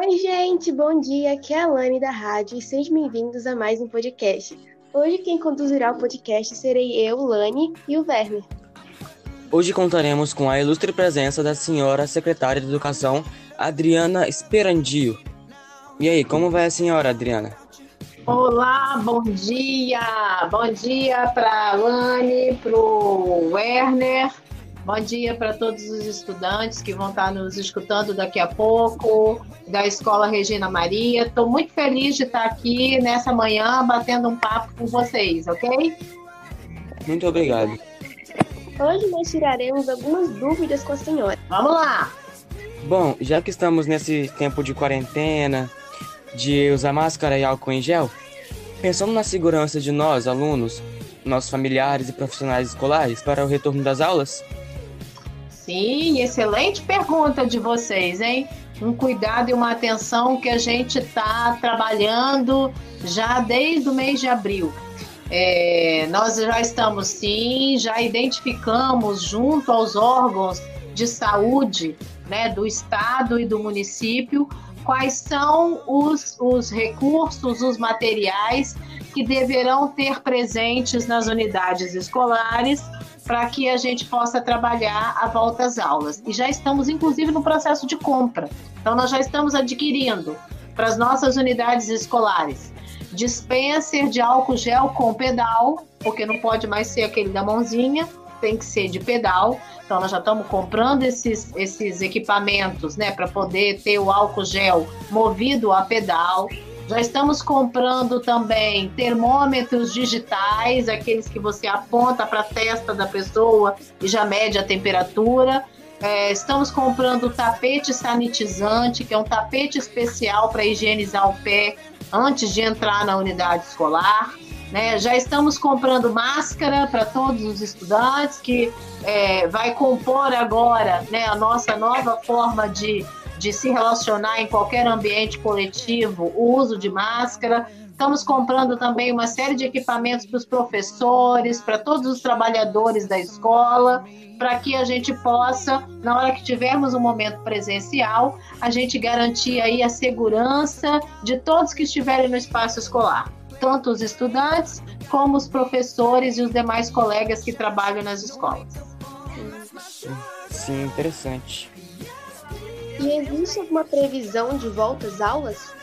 Oi, gente, bom dia. Aqui é a Lani da rádio e sejam bem-vindos a mais um podcast. Hoje quem conduzirá o podcast serei eu, Lani e o Werner. Hoje contaremos com a ilustre presença da senhora secretária de Educação, Adriana Sperandio. E aí, como vai a senhora, Adriana? Olá, bom dia! Bom dia para a Lani, para o Werner, bom dia para todos os estudantes que vão estar nos escutando daqui a pouco, da Escola Regina Maria. Estou muito feliz de estar aqui nessa manhã batendo um papo com vocês, ok? Muito obrigado. Hoje nós tiraremos algumas dúvidas com a senhora. Vamos lá! Bom, já que estamos nesse tempo de quarentena, de usar máscara e álcool em gel, pensando na segurança de nós, alunos, nossos familiares e profissionais escolares para o retorno das aulas? Sim, excelente pergunta de vocês, hein? Um cuidado e uma atenção que a gente está trabalhando já desde o mês de abril. Nós já estamos, sim, já identificamos junto aos órgãos de saúde, né, do estado e do município, quais são os recursos, os materiais que deverão ter presentes nas unidades escolares para que a gente possa trabalhar a volta às aulas. E já estamos, inclusive, no processo de compra. Então, nós já estamos adquirindo para as nossas unidades escolares dispenser de álcool gel com pedal, porque não pode mais ser aquele da mãozinha, tem que ser de pedal. Então, nós já estamos comprando esses equipamentos, né, para poder ter o álcool gel movido a pedal. Já estamos comprando também termômetros digitais, aqueles que você aponta para a testa da pessoa e já mede a temperatura. Estamos comprando tapete sanitizante, que é um tapete especial para higienizar o pé antes de entrar na unidade escolar. Né? Já estamos comprando máscara para todos os estudantes, que vai compor agora, né, a nossa nova forma de se relacionar em qualquer ambiente coletivo, o uso de máscara. Estamos comprando também uma série de equipamentos para os professores, para todos os trabalhadores da escola, para que a gente possa, na hora que tivermos um momento presencial, a gente garantir aí a segurança de todos que estiverem no espaço escolar, tanto os estudantes como os professores e os demais colegas que trabalham nas escolas. Sim, interessante. E existe alguma previsão de volta às aulas?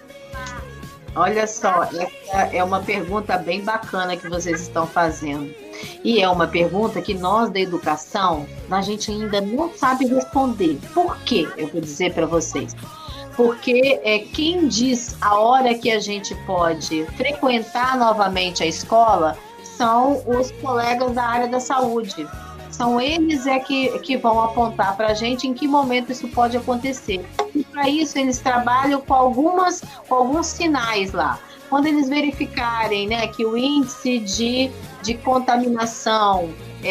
Olha só, essa é uma pergunta bem bacana que vocês estão fazendo. E é uma pergunta que nós da educação, a gente ainda não sabe responder. Por quê? Eu vou dizer para vocês. Porque quem diz a hora que a gente pode frequentar novamente a escola são os colegas da área da saúde. São eles que vão apontar para a gente em que momento isso pode acontecer. E para isso eles trabalham com alguns sinais lá. Quando eles verificarem, né, que o índice de contaminação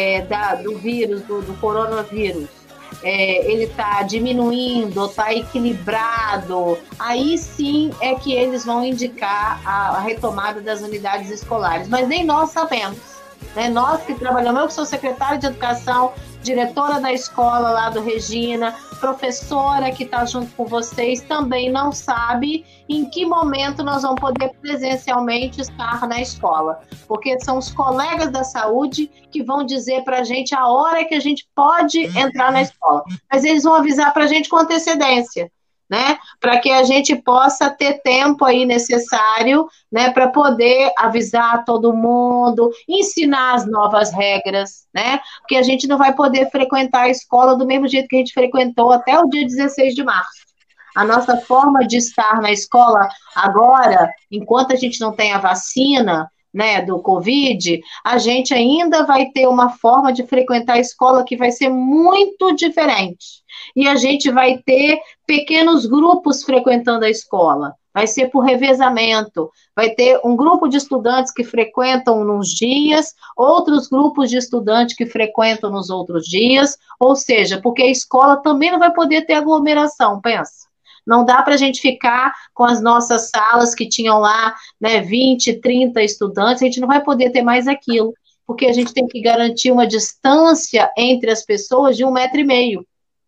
do vírus, do coronavírus, ele está diminuindo, está equilibrado, aí sim é que eles vão indicar a retomada das unidades escolares. Mas nem nós sabemos. Né? Nós que trabalhamos, eu que sou secretária de Educação, diretora da escola lá do Regina, professora que está junto com vocês, também não sabe em que momento nós vamos poder presencialmente estar na escola, porque são os colegas da saúde que vão dizer para a gente a hora que a gente pode entrar na escola, mas eles vão avisar para a gente com antecedência, né, para que a gente possa ter tempo aí necessário, né, para poder avisar todo mundo, ensinar as novas regras, né, porque a gente não vai poder frequentar a escola do mesmo jeito que a gente frequentou até o dia 16 de março. A nossa forma de estar na escola agora, enquanto a gente não tem a vacina, né, do Covid, a gente ainda vai ter uma forma de frequentar a escola que vai ser muito diferente. E a gente vai ter pequenos grupos frequentando a escola. Vai ser por revezamento. Vai ter um grupo de estudantes que frequentam nos dias, outros grupos de estudantes que frequentam nos outros dias, ou seja, porque a escola também não vai poder ter aglomeração, pensa. Não dá para a gente ficar com as nossas salas que tinham lá, né, 20, 30 estudantes, a gente não vai poder ter mais aquilo, porque a gente tem que garantir uma distância entre as pessoas de 1,5 metro.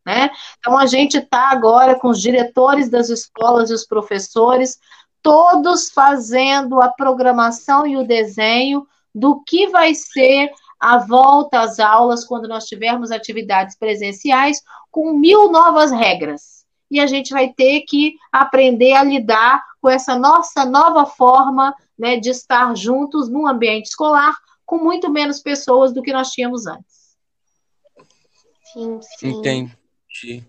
né? Então, a gente está agora com os diretores das escolas e os professores, todos fazendo a programação e o desenho do que vai ser a volta às aulas quando nós tivermos atividades presenciais com 1000 novas regras. E a gente vai ter que aprender a lidar com essa nossa nova forma, né, de estar juntos num ambiente escolar com muito menos pessoas do que nós tínhamos antes. Sim, sim. Entendi.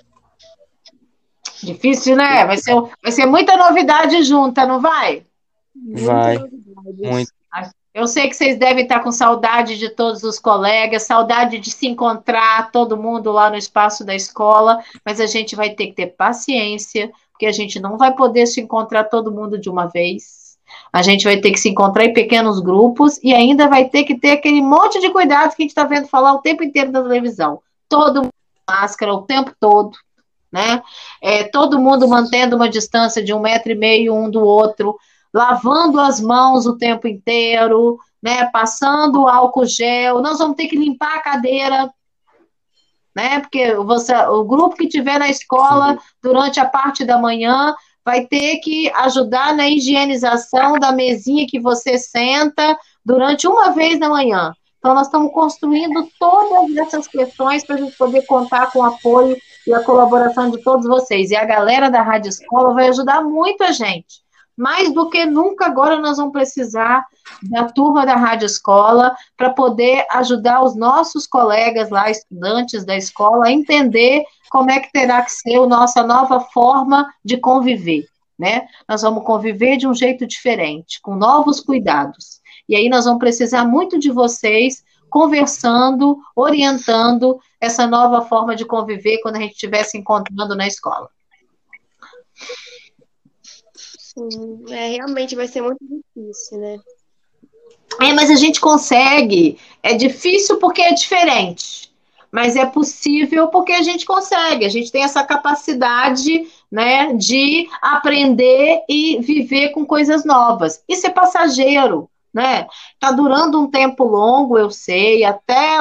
Difícil, né? Vai ser muita novidade junta, não vai? Vai, Novidades. muito. Eu sei que vocês devem estar com saudade de todos os colegas, saudade de se encontrar todo mundo lá no espaço da escola, mas a gente vai ter que ter paciência, porque a gente não vai poder se encontrar todo mundo de uma vez. A gente vai ter que se encontrar em pequenos grupos e ainda vai ter que ter aquele monte de cuidados que a gente está vendo falar o tempo inteiro na televisão. Todo mundo com máscara o tempo todo, né? Todo mundo mantendo uma distância de 1,5 m um do outro, lavando as mãos o tempo inteiro, né? Passando álcool gel. Nós vamos ter que limpar a cadeira, né? Porque o grupo que tiver na escola durante a parte da manhã vai ter que ajudar na higienização da mesinha que você senta durante uma vez na manhã. Então, nós estamos construindo todas essas questões para a gente poder contar com o apoio e a colaboração de todos vocês. E a galera da Rádio Escola vai ajudar muito a gente. Mais do que nunca, agora nós vamos precisar da turma da Rádio Escola para poder ajudar os nossos colegas lá, estudantes da escola, a entender como é que terá que ser a nossa nova forma de conviver, né? Nós vamos conviver de um jeito diferente, com novos cuidados. E aí nós vamos precisar muito de vocês conversando, orientando essa nova forma de conviver quando a gente estiver se encontrando na escola. Sim, realmente vai ser muito difícil, né? Mas a gente consegue. É difícil porque é diferente. Mas é possível porque a gente consegue. A gente tem essa capacidade, né, de aprender e viver com coisas novas. Isso é passageiro, né? Está durando um tempo longo, eu sei, até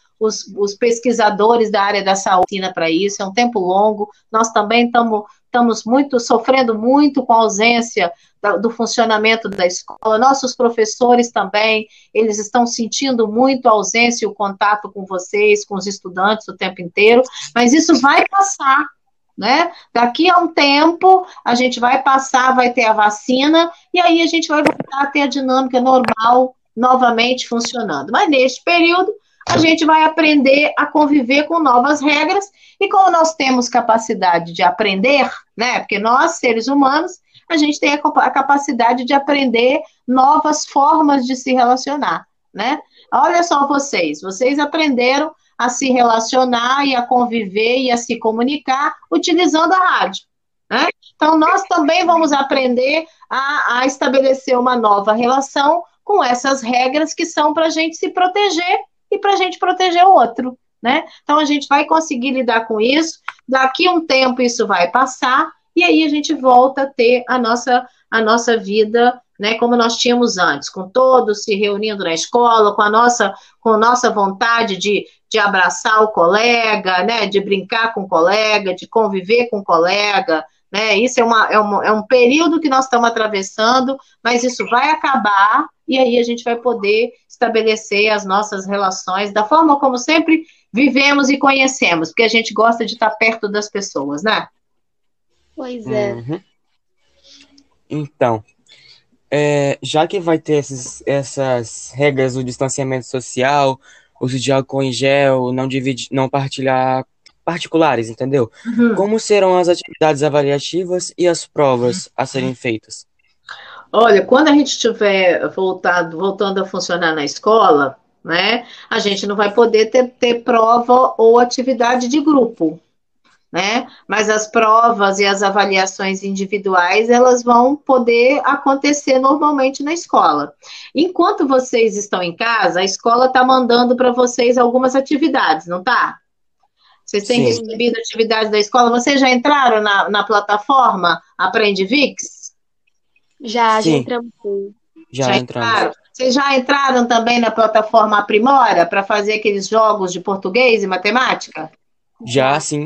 os pesquisadores da área da saúde para isso, é um tempo longo. Nós também estamos sofrendo muito com a ausência do funcionamento da escola. Nossos professores também, eles estão sentindo muito a ausência e o contato com vocês, com os estudantes o tempo inteiro, mas isso vai passar, né? Daqui a um tempo, a gente vai passar, vai ter a vacina, e aí a gente vai voltar a ter a dinâmica normal novamente funcionando. Mas neste período, a gente vai aprender a conviver com novas regras, e como nós temos capacidade de aprender, né? Porque nós, seres humanos, a gente tem a capacidade de aprender novas formas de se relacionar, né? Olha só vocês aprenderam a se relacionar e a conviver e a se comunicar utilizando a rádio, né? Então, nós também vamos aprender a estabelecer uma nova relação com essas regras que são para a gente se proteger e para a gente proteger o outro, né? Então, a gente vai conseguir lidar com isso, daqui a um tempo isso vai passar, e aí a gente volta a ter a nossa vida, né, como nós tínhamos antes, com todos se reunindo na escola, com a nossa vontade de abraçar o colega, né, de brincar com o colega, de conviver com o colega, né? Isso é um período que nós estamos atravessando, mas isso vai acabar, e aí a gente vai poder estabelecer as nossas relações da forma como sempre vivemos e conhecemos, porque a gente gosta de estar perto das pessoas, né? Pois é. Uhum. Então, já que vai ter essas regras do distanciamento social, uso de álcool em gel, não partilhar particulares, entendeu? Uhum. Como serão as atividades avaliativas e as provas a serem feitas? Olha, quando a gente estiver voltando a funcionar na escola, né, a gente não vai poder ter prova ou atividade de grupo, né? Mas as provas e as avaliações individuais, elas vão poder acontecer normalmente na escola. Enquanto vocês estão em casa, a escola está mandando para vocês algumas atividades, não tá? Vocês têm recebido atividades da escola? Vocês já entraram na plataforma Aprende Vix? Já entramos. Já entramos. Vocês já entraram também na plataforma Aprimora para fazer aqueles jogos de português e matemática? Já, sim.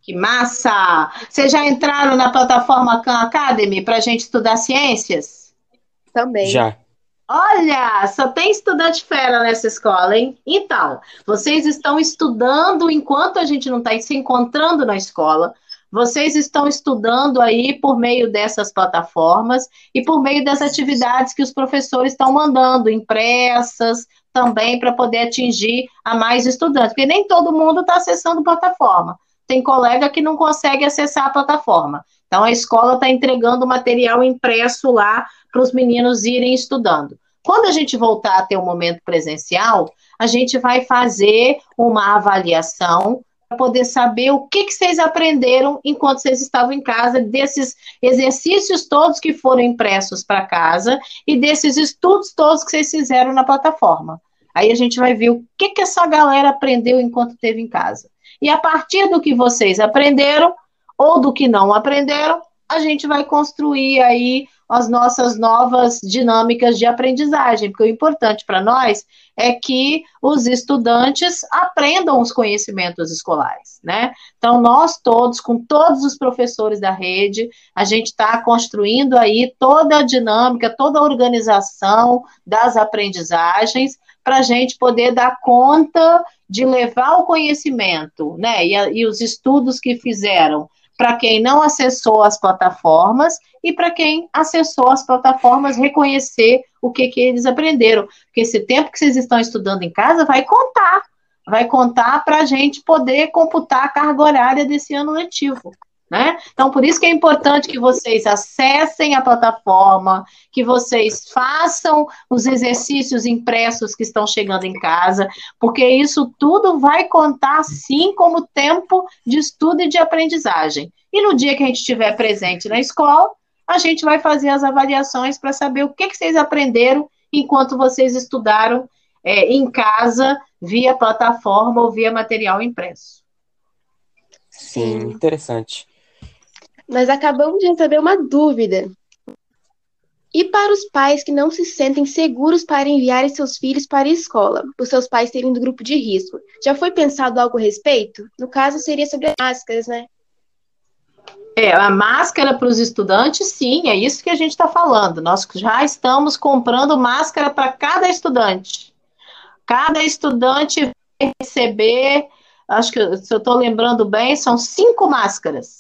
Que massa! Vocês já entraram na plataforma Khan Academy para a gente estudar ciências? Também. Já. Olha, só tem estudante fera nessa escola, hein? Então, vocês estão estudando enquanto a gente não está se encontrando na escola. Vocês estão estudando aí por meio dessas plataformas e por meio das atividades que os professores estão mandando, impressas, também para poder atingir a mais estudantes, porque nem todo mundo está acessando plataforma. Tem colega que não consegue acessar a plataforma. Então, a escola está entregando material impresso lá para os meninos irem estudando. Quando a gente voltar a ter um momento presencial, a gente vai fazer uma avaliação para poder saber o que vocês aprenderam enquanto vocês estavam em casa, desses exercícios todos que foram impressos para casa e desses estudos todos que vocês fizeram na plataforma. Aí a gente vai ver o que essa galera aprendeu enquanto esteve em casa. E a partir do que vocês aprenderam, ou do que não aprenderam, a gente vai construir aí as nossas novas dinâmicas de aprendizagem, porque o importante para nós é que os estudantes aprendam os conhecimentos escolares, né? Então, nós todos, com todos os professores da rede, a gente está construindo aí toda a dinâmica, toda a organização das aprendizagens para a gente poder dar conta de levar o conhecimento, né? E os estudos que fizeram para quem não acessou as plataformas e para quem acessou as plataformas reconhecer o que eles aprenderam. Porque esse tempo que vocês estão estudando em casa vai contar para a gente poder computar a carga horária desse ano letivo. Né? Então, por isso que é importante que vocês acessem a plataforma, que vocês façam os exercícios impressos que estão chegando em casa, porque isso tudo vai contar, sim, como tempo de estudo e de aprendizagem. E no dia que a gente estiver presente na escola, a gente vai fazer as avaliações para saber o que vocês aprenderam enquanto vocês estudaram em casa, via plataforma ou via material impresso. Sim, interessante. Nós acabamos de receber uma dúvida. E para os pais que não se sentem seguros para enviarem seus filhos para a escola, por seus pais serem do grupo de risco, já foi pensado algo a respeito? No caso, seria sobre as máscaras, né? A máscara para os estudantes, sim, é isso que a gente está falando. Nós já estamos comprando máscara para cada estudante. Cada estudante vai receber, acho que, se eu estou lembrando bem, são 5 máscaras.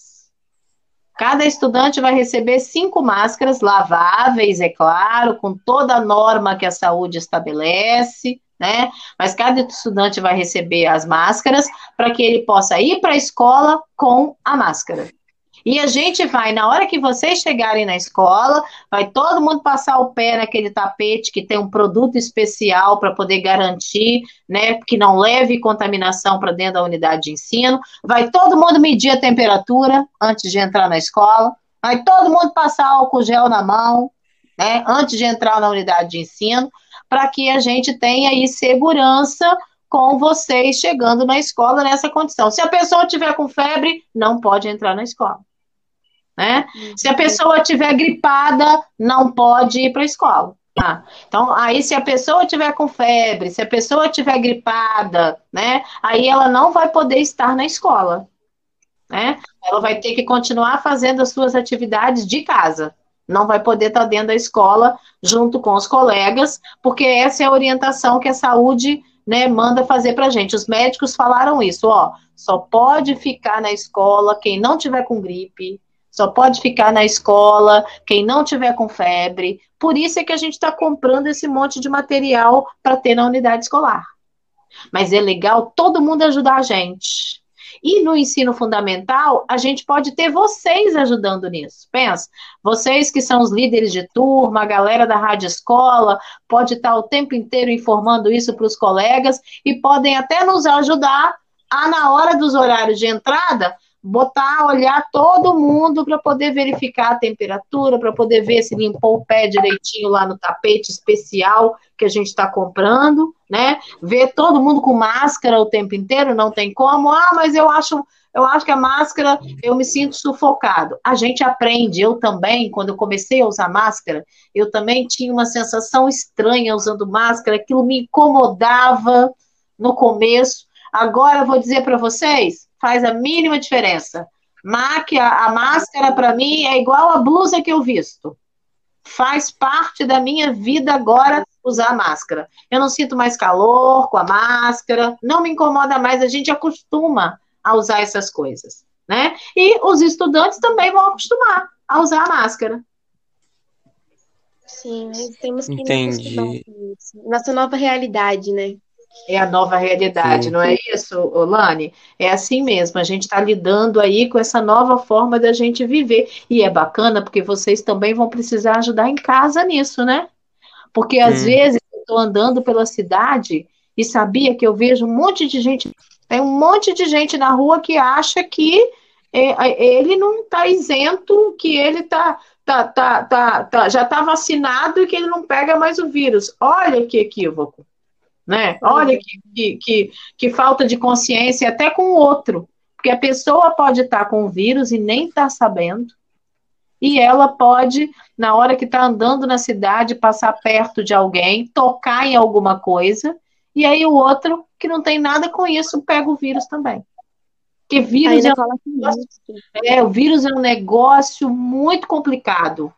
Cada estudante vai receber 5 máscaras laváveis, é claro, com toda a norma que a saúde estabelece, né? Mas cada estudante vai receber as máscaras para que ele possa ir para a escola com a máscara. E a gente vai, na hora que vocês chegarem na escola, vai todo mundo passar o pé naquele tapete que tem um produto especial para poder garantir, né, que não leve contaminação para dentro da unidade de ensino. Vai todo mundo medir a temperatura antes de entrar na escola. Vai todo mundo passar álcool gel na mão, né, antes de entrar na unidade de ensino, para que a gente tenha aí segurança com vocês chegando na escola nessa condição. Se a pessoa tiver com febre, não pode entrar na escola. Né? Se a pessoa estiver gripada, não pode ir para a escola. Tá? Então, aí se a pessoa estiver com febre, se a pessoa estiver gripada, né, aí ela não vai poder estar na escola. Né? Ela vai ter que continuar fazendo as suas atividades de casa. Não vai poder estar dentro da escola junto com os colegas, porque essa é a orientação que a saúde, né, manda fazer para a gente. Os médicos falaram isso, ó, só pode ficar na escola quem não tiver com gripe, só pode ficar na escola quem não tiver com febre. Por isso é que a gente está comprando esse monte de material para ter na unidade escolar. Mas é legal todo mundo ajudar a gente. E no ensino fundamental, a gente pode ter vocês ajudando nisso. Pensa, vocês que são os líderes de turma, a galera da rádio escola, pode estar o tempo inteiro informando isso para os colegas e podem até nos ajudar a, na hora dos horários de entrada, olhar todo mundo para poder verificar a temperatura, para poder ver se limpou o pé direitinho lá no tapete especial que a gente está comprando, né? Ver todo mundo com máscara o tempo inteiro, não tem como. Mas eu acho que a máscara, eu me sinto sufocado. A gente aprende, eu também, quando eu comecei a usar máscara, eu também tinha uma sensação estranha usando máscara, aquilo me incomodava no começo. Agora, eu vou dizer para vocês, faz a mínima diferença. A máscara, para mim, é igual a blusa que eu visto. Faz parte da minha vida agora usar máscara. Eu não sinto mais calor com a máscara, não me incomoda mais, a gente acostuma a usar essas coisas, né? E os estudantes também vão acostumar a usar a máscara. Sim, nós temos que nos acostumar Entendi. com isso. Nossa nova realidade, né? É a nova realidade, Sim. não é isso, Olane? É assim mesmo, a gente está lidando aí com essa nova forma da gente viver. E é bacana porque vocês também vão precisar ajudar em casa nisso, né? Porque às Hum, vezes eu estou andando pela cidade e sabia que eu vejo um monte de gente, tem um monte de gente na rua que acha que ele não está isento, que ele já está vacinado e que ele não pega mais o vírus. Olha que equívoco, né? Pois Olha é. que falta de consciência até com o outro. Porque a pessoa pode estar com o vírus e nem estar sabendo. E ela pode, na hora que está andando na cidade, passar perto de alguém, tocar em alguma coisa, e aí o outro, que não tem nada com isso, pega o vírus também. Porque Ainda coloca isso. o vírus é um negócio muito complicado.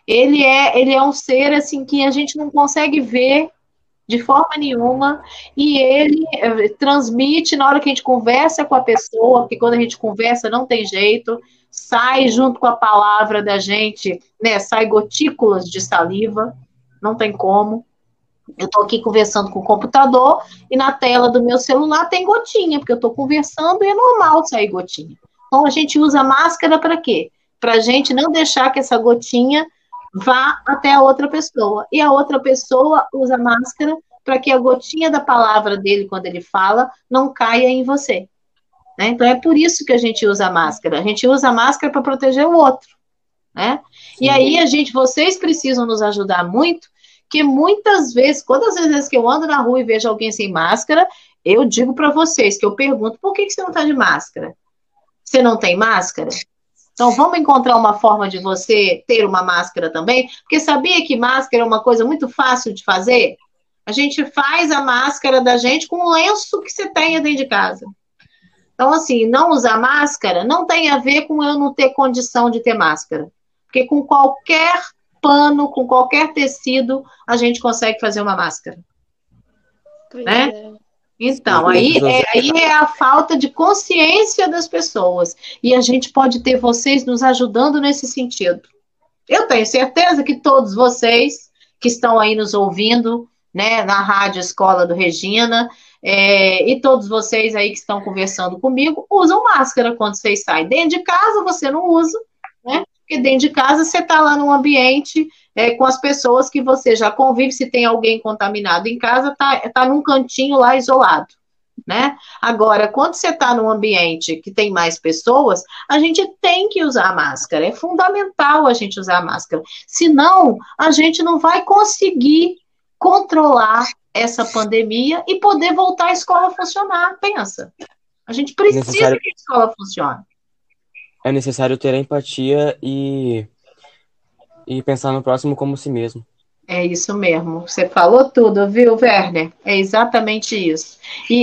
Ele é um ser assim que a gente não consegue ver de forma nenhuma, e ele transmite na hora que a gente conversa com a pessoa, porque quando a gente conversa não tem jeito, sai junto com a palavra da gente, né, sai gotículas de saliva, não tem como. Eu estou aqui conversando com o computador e na tela do meu celular tem gotinha, porque eu estou conversando e é normal sair gotinha. Então a gente usa máscara para quê? Para a gente não deixar que essa gotinha vá até a outra pessoa. E a outra pessoa usa máscara para que a gotinha da palavra dele, quando ele fala, não caia em você. Né? Então é por isso que a gente usa a máscara. A gente usa a máscara para proteger o outro. Né? E sim. aí vocês precisam nos ajudar muito, que muitas vezes, todas as vezes que eu ando na rua e vejo alguém sem máscara, eu digo para vocês, que eu pergunto, por que você não está de máscara? Você não tem máscara? Então, vamos encontrar uma forma de você ter uma máscara também? Porque sabia que máscara é uma coisa muito fácil de fazer? A gente faz a máscara da gente com o lenço que você tenha dentro de casa. Então, assim, não usar máscara não tem a ver com eu não ter condição de ter máscara. Porque com qualquer pano, com qualquer tecido, a gente consegue fazer uma máscara. Pois Né? é. Então, As pessoas. aí é a falta de consciência das pessoas. E a gente pode ter vocês nos ajudando nesse sentido. Eu tenho certeza que todos vocês que estão aí nos ouvindo, né, na Rádio Escola do Regina, e todos vocês aí que estão conversando comigo, usam máscara quando vocês saem. Dentro de casa você não usa, né? Porque dentro de casa você está lá num ambiente com as pessoas que você já convive. Se tem alguém contaminado em casa, tá num cantinho lá isolado. Né? Agora, quando você está num ambiente que tem mais pessoas, a gente tem que usar máscara. É fundamental a gente usar máscara. Senão, a gente não vai conseguir controlar essa pandemia e poder voltar à escola a funcionar. Pensa. A gente precisa que a escola funcione. É necessário ter empatia e pensar no próximo como si mesmo. É isso mesmo. Você falou tudo, viu, Werner? É exatamente isso. E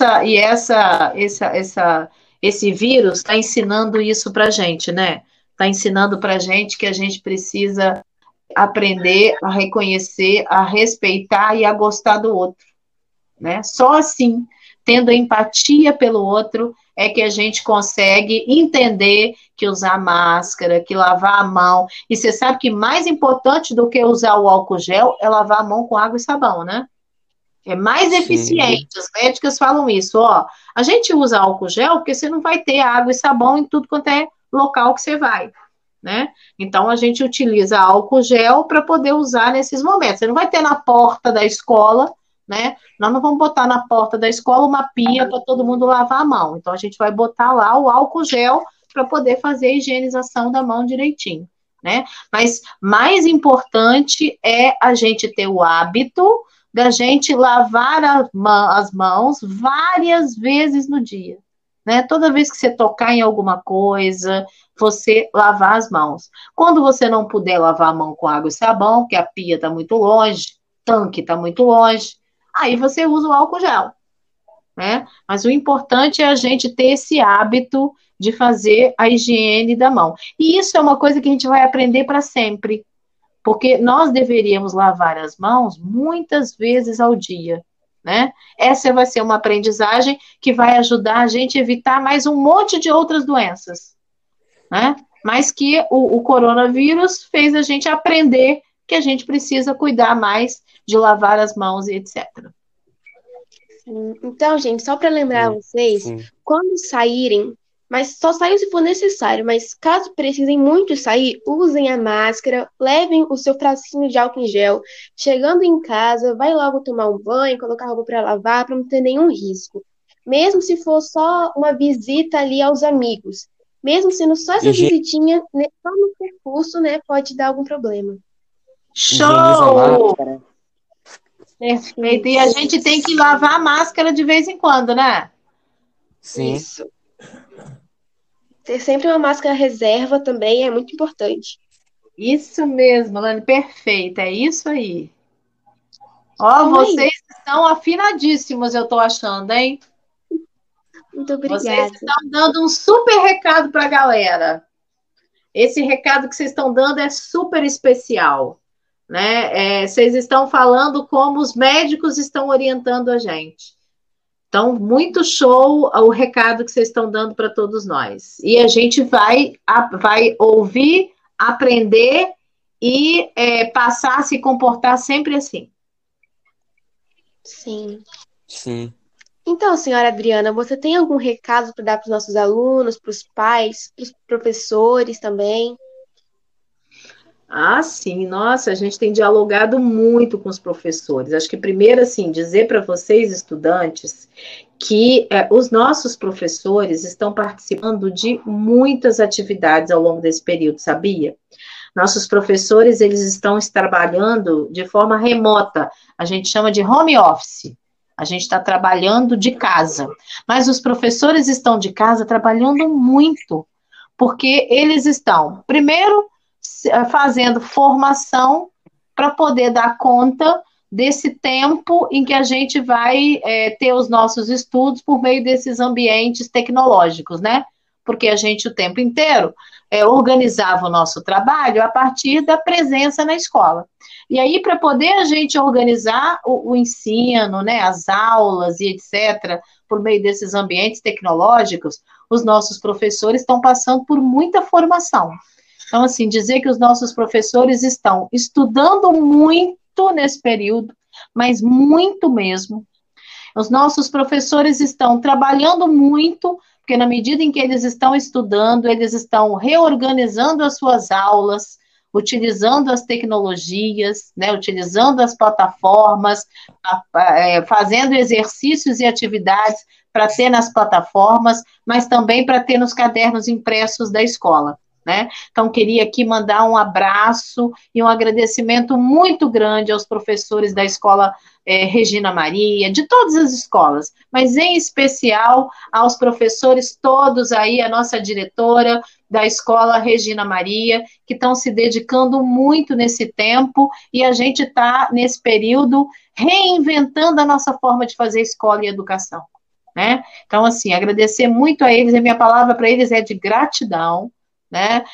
esse vírus está ensinando isso para a gente, né? Está ensinando para a gente que a gente precisa aprender a reconhecer, a respeitar e a gostar do outro, né? Só assim, tendo empatia pelo outro, é que a gente consegue entender que usar máscara, que lavar a mão. E você sabe que mais importante do que usar o álcool gel é lavar a mão com água e sabão, né? É mais eficiente. As médicas falam isso, ó. A gente usa álcool gel porque você não vai ter água e sabão em tudo quanto é local que você vai, né? Então a gente utiliza álcool gel para poder usar nesses momentos. Você não vai ter na porta da escola, né? Nós não vamos botar na porta da escola uma pia para todo mundo lavar a mão. Então a gente vai botar lá o álcool gel para poder fazer a higienização da mão direitinho, né? Mas mais importante é a gente ter o hábito da gente lavar as mãos várias vezes no dia, né? Toda vez que você tocar em alguma coisa, você lavar as mãos. Quando você não puder lavar a mão com água e sabão, porque a pia está muito longe, o tanque está muito longe, aí você usa o álcool gel, né? Mas o importante é a gente ter esse hábito de fazer a higiene da mão. E isso é uma coisa que a gente vai aprender para sempre, porque nós deveríamos lavar as mãos muitas vezes ao dia, né? Essa vai ser uma aprendizagem que vai ajudar a gente a evitar mais um monte de outras doenças, né? Mas que o coronavírus fez a gente aprender que a gente precisa cuidar mais de lavar as mãos e etc. Então, gente, só para lembrar Sim, vocês, sim. quando saírem, mas só saiam se for necessário, mas caso precisem muito sair, usem a máscara, levem o seu frasquinho de álcool em gel. Chegando em casa, vai logo tomar um banho, colocar a roupa para lavar, para não ter nenhum risco. Mesmo se for só uma visita ali aos amigos, mesmo sendo só essa Higie- visitinha, né, só no percurso, né, pode dar algum problema. Higieniza a Show! máscara. Perfeito. E a gente tem que lavar a máscara de vez em quando, né? Sim, Isso. Ter sempre uma máscara reserva também é muito importante. Isso mesmo, Lani, perfeito. É isso aí. Ó, Então é vocês isso. estão afinadíssimos, eu tô achando, hein? Muito Vocês obrigada. estão dando um super recado para a galera. Esse recado que vocês estão dando é super especial, né? Vocês estão falando como os médicos estão orientando a gente. Então, muito show o recado que vocês estão dando para todos nós. E a gente vai ouvir, aprender e passar a se comportar sempre assim. Sim. sim. Então, senhora Adriana, você tem algum recado para dar para os nossos alunos, para os pais, para os professores também? Ah, sim, nossa, a gente tem dialogado muito com os professores. Acho que primeiro, assim, dizer para vocês, estudantes, que os nossos professores estão participando de muitas atividades ao longo desse período, sabia? Nossos professores, eles estão trabalhando de forma remota, a gente chama de home office. A gente está trabalhando de casa, mas os professores estão de casa trabalhando muito, porque eles estão, primeiro, fazendo formação para poder dar conta desse tempo em que a gente vai ter os nossos estudos por meio desses ambientes tecnológicos, né? Porque a gente o tempo inteiro organizava o nosso trabalho a partir da presença na escola. E aí, para poder a gente organizar o ensino, né, as aulas e etc., por meio desses ambientes tecnológicos, os nossos professores estão passando por muita formação. Então, assim, dizer que os nossos professores estão estudando muito nesse período, mas muito mesmo. Os nossos professores estão trabalhando muito, porque na medida em que eles estão estudando, eles estão reorganizando as suas aulas, utilizando as tecnologias, né, utilizando as plataformas, fazendo exercícios e atividades para ter nas plataformas, mas também para ter nos cadernos impressos da escola. Né? Então, queria aqui mandar um abraço e um agradecimento muito grande aos professores da escola Regina Maria, de todas as escolas, mas em especial aos professores todos aí, a nossa diretora da escola Regina Maria, que estão se dedicando muito nesse tempo, e a gente está, nesse período, reinventando a nossa forma de fazer escola e educação. Né? Então, assim, agradecer muito a eles, a minha palavra para eles é de gratidão, né?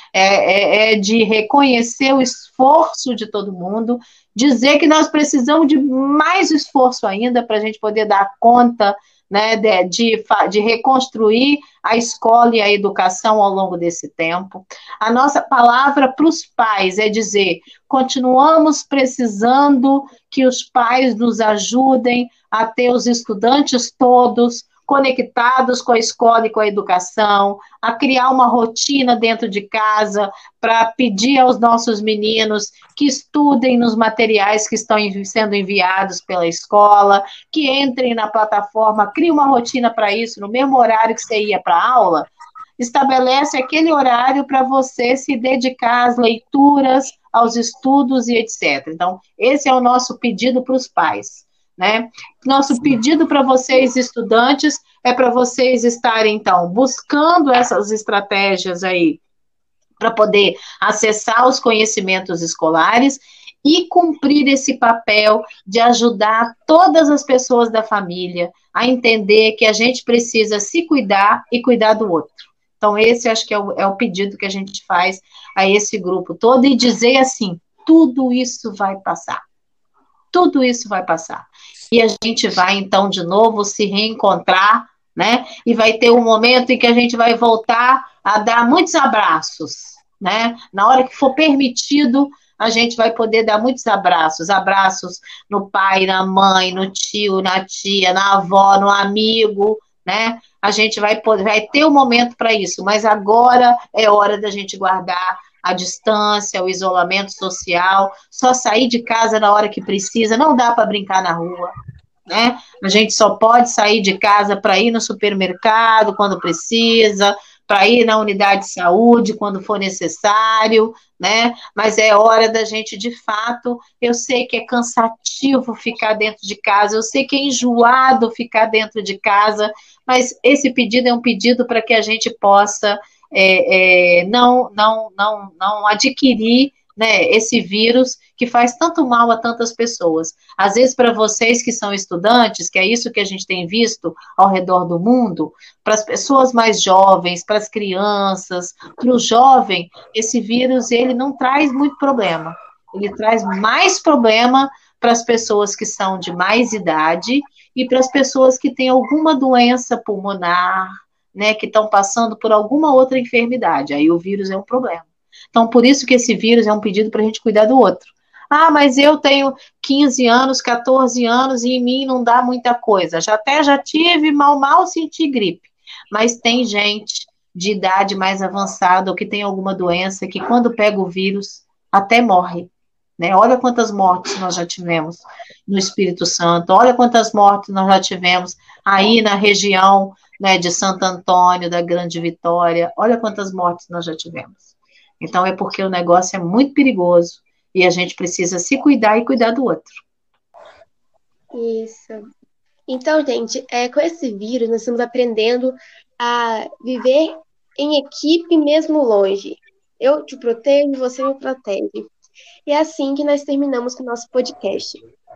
De reconhecer o esforço de todo mundo, dizer que nós precisamos de mais esforço ainda para a gente poder dar conta, né, de reconstruir a escola e a educação ao longo desse tempo. A nossa palavra para os pais é dizer: continuamos precisando que os pais nos ajudem a ter os estudantes todos conectados com a escola e com a educação, a criar uma rotina dentro de casa para pedir aos nossos meninos que estudem nos materiais que estão sendo enviados pela escola, que entrem na plataforma, crie uma rotina para isso, no mesmo horário que você ia para a aula, estabelece aquele horário para você se dedicar às leituras, aos estudos e etc. Então, esse é o nosso pedido para os pais. Né? Nosso pedido para vocês, estudantes, é para vocês estarem, então, buscando essas estratégias aí para poder acessar os conhecimentos escolares e cumprir esse papel de ajudar todas as pessoas da família a entender que a gente precisa se cuidar e cuidar do outro. Então, esse acho que é o pedido que a gente faz a esse grupo todo e dizer assim, tudo isso vai passar. Tudo isso vai passar. E a gente vai, então, de novo se reencontrar, né? E vai ter um momento em que a gente vai voltar a dar muitos abraços, né? Na hora que for permitido, a gente vai poder dar muitos abraços. Abraços no pai, na mãe, no tio, na tia, na avó, no amigo, né? A gente vai ter um momento para isso, mas agora é hora da gente guardar a distância, o isolamento social, só sair de casa na hora que precisa, não dá para brincar na rua, né? A gente só pode sair de casa para ir no supermercado quando precisa, para ir na unidade de saúde quando for necessário, né? Mas é hora da gente, de fato, eu sei que é cansativo ficar dentro de casa, eu sei que é enjoado ficar dentro de casa, mas esse pedido é um pedido para que a gente possa não adquirir, né, esse vírus que faz tanto mal a tantas pessoas. Às vezes, para vocês que são estudantes, que é isso que a gente tem visto ao redor do mundo, para as pessoas mais jovens, para as crianças, para o jovem, esse vírus ele não traz muito problema. Ele traz mais problema para as pessoas que são de mais idade e para as pessoas que têm alguma doença pulmonar, né, que estão passando por alguma outra enfermidade. Aí o vírus é um problema. Então, por isso que esse vírus é um pedido para a gente cuidar do outro. Ah, mas eu tenho 15 anos, 14 anos e em mim não dá muita coisa. Já tive, mal senti gripe. Mas tem gente de idade mais avançada ou que tem alguma doença que quando pega o vírus até morre. Né? Olha quantas mortes nós já tivemos no Espírito Santo, olha quantas mortes nós já tivemos aí na região, né, de Santo Antônio, da Grande Vitória, olha quantas mortes nós já tivemos. Então é porque o negócio é muito perigoso e a gente precisa se cuidar e cuidar do outro. Isso. Então, gente, com esse vírus nós estamos aprendendo a viver em equipe mesmo longe. Eu te protejo, você me protege. E é assim que nós terminamos com o nosso podcast.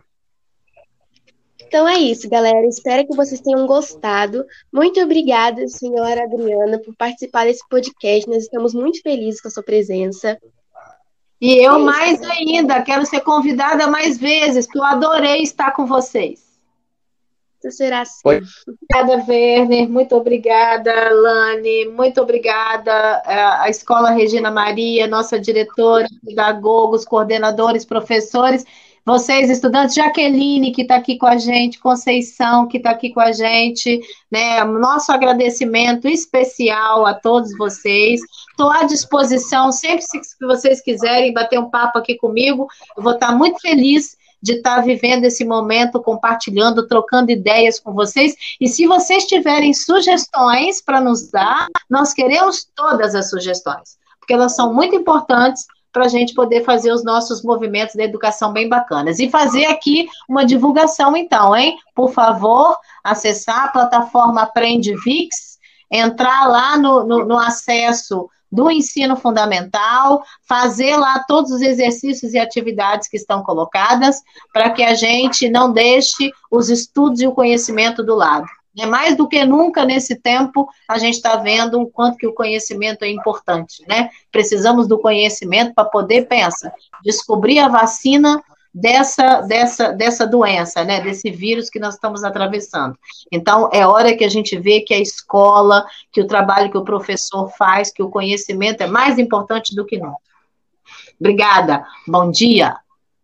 Então é isso, galera. Espero que vocês tenham gostado. Muito obrigada, senhora Adriana, por participar desse podcast. Nós estamos muito felizes com a sua presença. E eu mais ainda, quero ser convidada mais vezes, porque eu adorei estar com vocês. Isso será assim. Obrigada, Werner. Muito obrigada, Lani. Muito obrigada, a Escola Regina Maria, nossa diretora, pedagogos, coordenadores, professores. Vocês, estudantes, Jaqueline, que está aqui com a gente, Conceição, que está aqui com a gente, né? Nosso agradecimento especial a todos vocês. Estou à disposição, sempre que vocês quiserem bater um papo aqui comigo, eu vou estar muito feliz de estar vivendo esse momento, compartilhando, trocando ideias com vocês. E se vocês tiverem sugestões para nos dar, nós queremos todas as sugestões, porque elas são muito importantes para a gente poder fazer os nossos movimentos da educação bem bacanas. E fazer aqui uma divulgação, então, hein? Por favor, acessar a plataforma Aprende Vix, entrar lá no acesso do ensino fundamental, fazer lá todos os exercícios e atividades que estão colocadas, para que a gente não deixe os estudos e o conhecimento do lado. Mais do que nunca nesse tempo, a gente está vendo o quanto que o conhecimento é importante, né? Precisamos do conhecimento para poder, descobrir a vacina dessa doença, né? Desse vírus que nós estamos atravessando. Então, é hora que a gente vê que a escola, que o trabalho que o professor faz, que o conhecimento é mais importante do que nunca. Obrigada. Bom dia.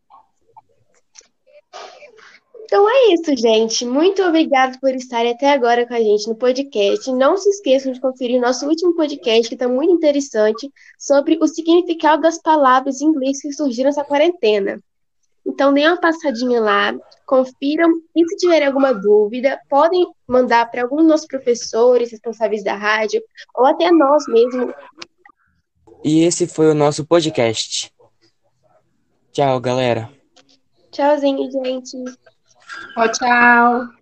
Então é isso, gente. Muito obrigada por estarem até agora com a gente no podcast. Não se esqueçam de conferir o nosso último podcast, que está muito interessante, sobre o significado das palavras em inglês que surgiram nessa quarentena. Então, dêem uma passadinha lá, confiram, e se tiverem alguma dúvida, podem mandar para algum dos nossos professores, responsáveis da rádio, ou até nós mesmos. E esse foi o nosso podcast. Tchau, galera. Tchauzinho, gente. Tchau, tchau.